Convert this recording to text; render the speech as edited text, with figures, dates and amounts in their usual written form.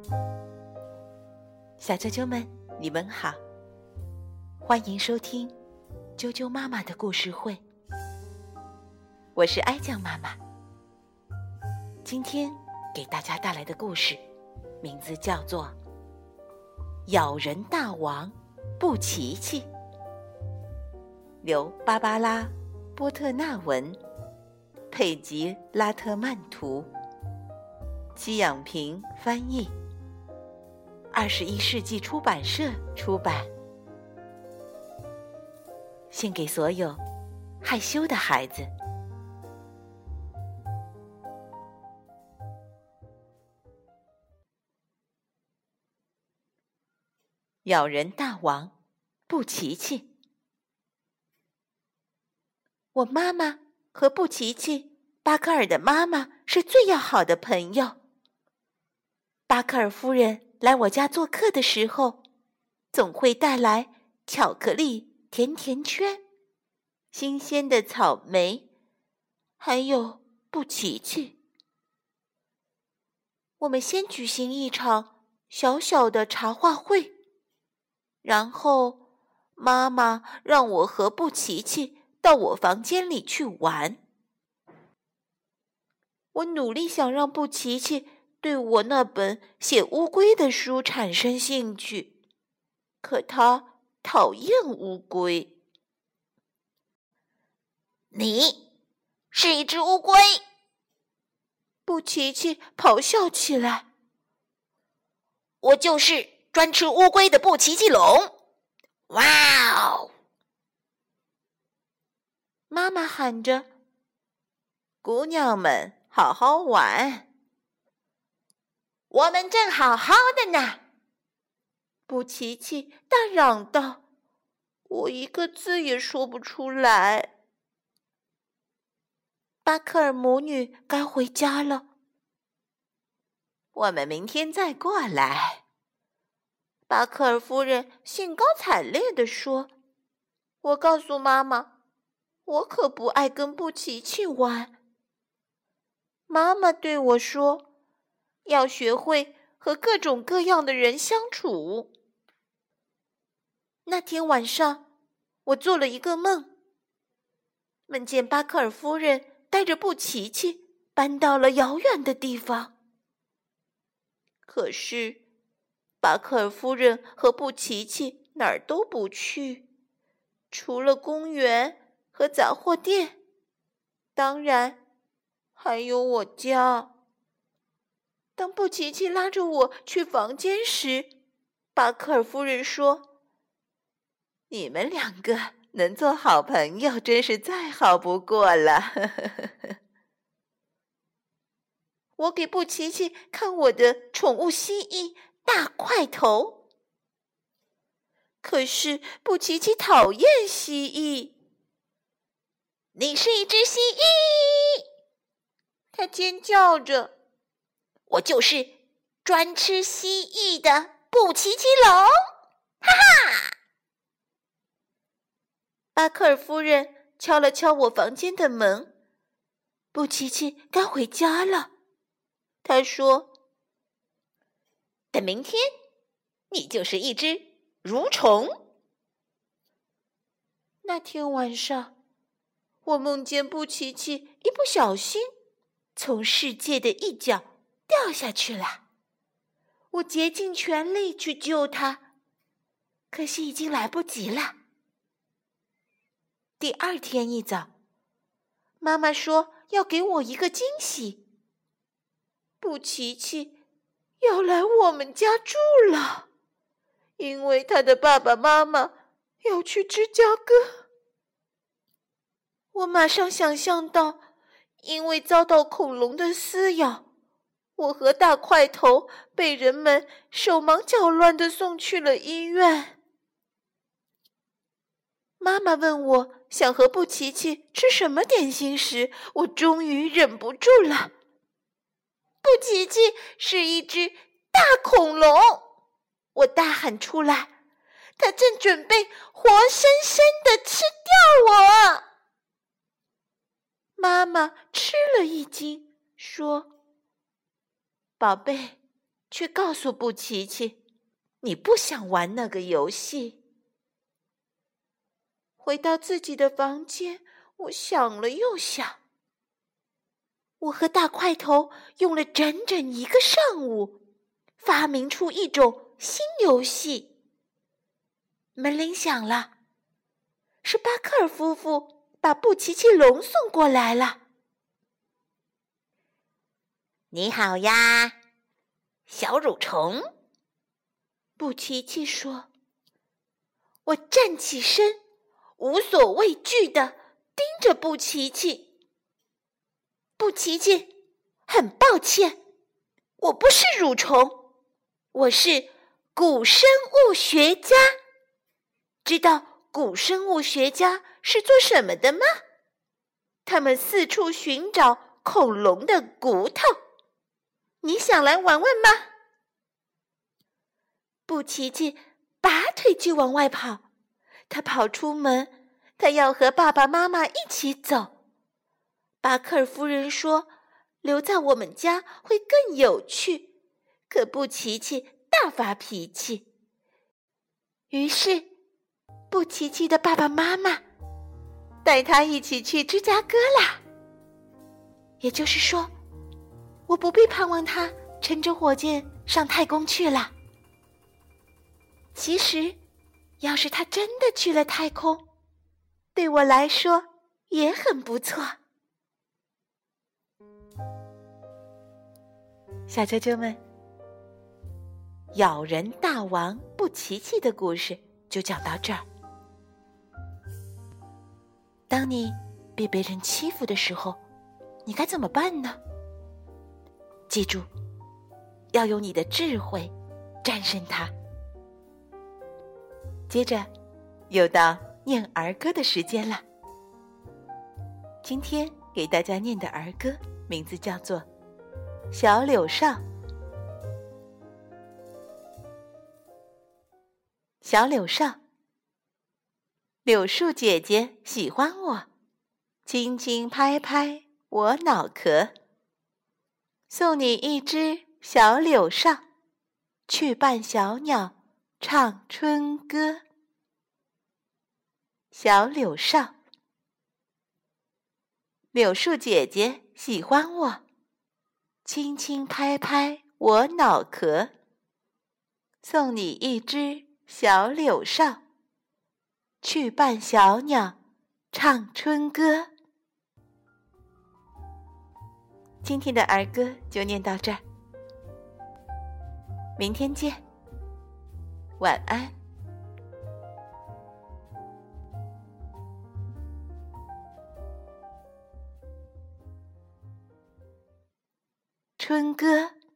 小啾啾们，你们好，欢迎收听啾啾妈妈的故事会。我是哀酱妈妈，今天给大家带来的故事名字叫做《咬人大王布奇奇》，由芭芭拉·波特纳文，佩吉·拉特曼图，戚养平翻译，21世纪出版社出版。献给所有害羞的孩子。咬人大王布奇奇。我妈妈和布奇奇，巴克尔的妈妈是最要好的朋友。巴克尔夫人来我家做客的时候，总会带来巧克力甜甜圈、新鲜的草莓，还有布奇奇。我们先举行一场小小的茶话会，然后妈妈让我和布奇奇到我房间里去玩。我努力想让布奇奇对我那本写乌龟的书产生兴趣，可他讨厌乌龟。 你是一只乌龟！ 布奇奇咆哮起来。 我就是专吃乌龟的布奇奇龙！哇哦！ 妈妈喊着：“姑娘们，好好玩！” 我们正好好的呢！ 布奇奇大嚷道：“我一个字也说不出来。”巴克尔母女该回家了。我们明天再过来。巴克尔夫人兴高采烈地说：“我告诉妈妈，我可不爱跟布奇奇玩。”妈妈对我说：“要学会和各种各样的人相处。”那天晚上，我做了一个梦，梦见巴克尔夫人带着布奇奇搬到了遥远的地方。可是，巴克尔夫人和布奇奇哪儿都不去，除了公园和杂货店，当然还有我家。当布奇奇拉着我去房间时，巴克尔夫人说：“你们两个能做好朋友，真是再好不过了。”我给布奇奇看我的宠物蜥蜴大块头，可是布奇奇讨厌蜥蜴。 “你是一只蜥蜴！” 他尖叫着。 “我就是专吃蜥蜴的布奇奇龙！”哈哈！ 巴克尔夫人敲了敲我房间的门。布奇奇该回家了。他说：“ 等明天，你就是一只蠕虫。” 那天晚上，我梦见布奇奇一不小心从世界的一角掉下去了。我竭尽全力去救他，可惜已经来不及了。第二天一早，妈妈说要给我一个惊喜。布奇奇要来我们家住了，因为他的爸爸妈妈要去芝加哥。我马上想象到，因为遭到恐龙的撕咬，我和大块头被人们手忙脚乱地送去了医院。妈妈问我想和布奇奇吃什么点心时，我终于忍不住了。布奇奇是一只大恐龙，我大喊出来，它正准备活生生地吃掉我。妈妈吃了一惊，说：“宝贝， 却告诉布奇奇，你不想玩那个游戏。回到自己的房间，我想了又想。我和大块头用了整整1个上午，发明出一种新游戏。门铃响了，是巴克尔夫妇把布奇奇龙送过来了。 你好呀，小蠕虫。 布奇奇说。我站起身，无所畏惧地盯着布奇奇。布奇奇，很抱歉，我不是蠕虫，我是古生物学家。知道古生物学家是做什么的吗？他们四处寻找恐龙的骨头。你想来玩玩吗？布奇奇拔腿就往外跑，他跑出门，他要和爸爸妈妈一起走。巴克尔夫人说，留在我们家会更有趣，可布奇奇大发脾气。于是布奇奇的爸爸妈妈带他一起去芝加哥啦。也就是说，我不必盼望他乘着火箭上太空去了。其实，要是他真的去了太空，对我来说也很不错。小啾啾们，咬人大王布奇奇的故事就讲到这儿。当你被别人欺负的时候，你该怎么办呢？记住，要用你的智慧战胜它。接着，又到念儿歌的时间了。今天给大家念的儿歌名字叫做《小柳哨》。小柳哨，柳树姐姐喜欢我，轻轻拍拍我脑壳，送你一只小柳哨，去伴小鸟唱春歌。小柳哨，柳树姐姐喜欢我，轻轻拍拍我脑壳，送你一只小柳哨，去伴小鸟唱春歌。今天的儿歌就念到这儿，明天见，晚安。春歌。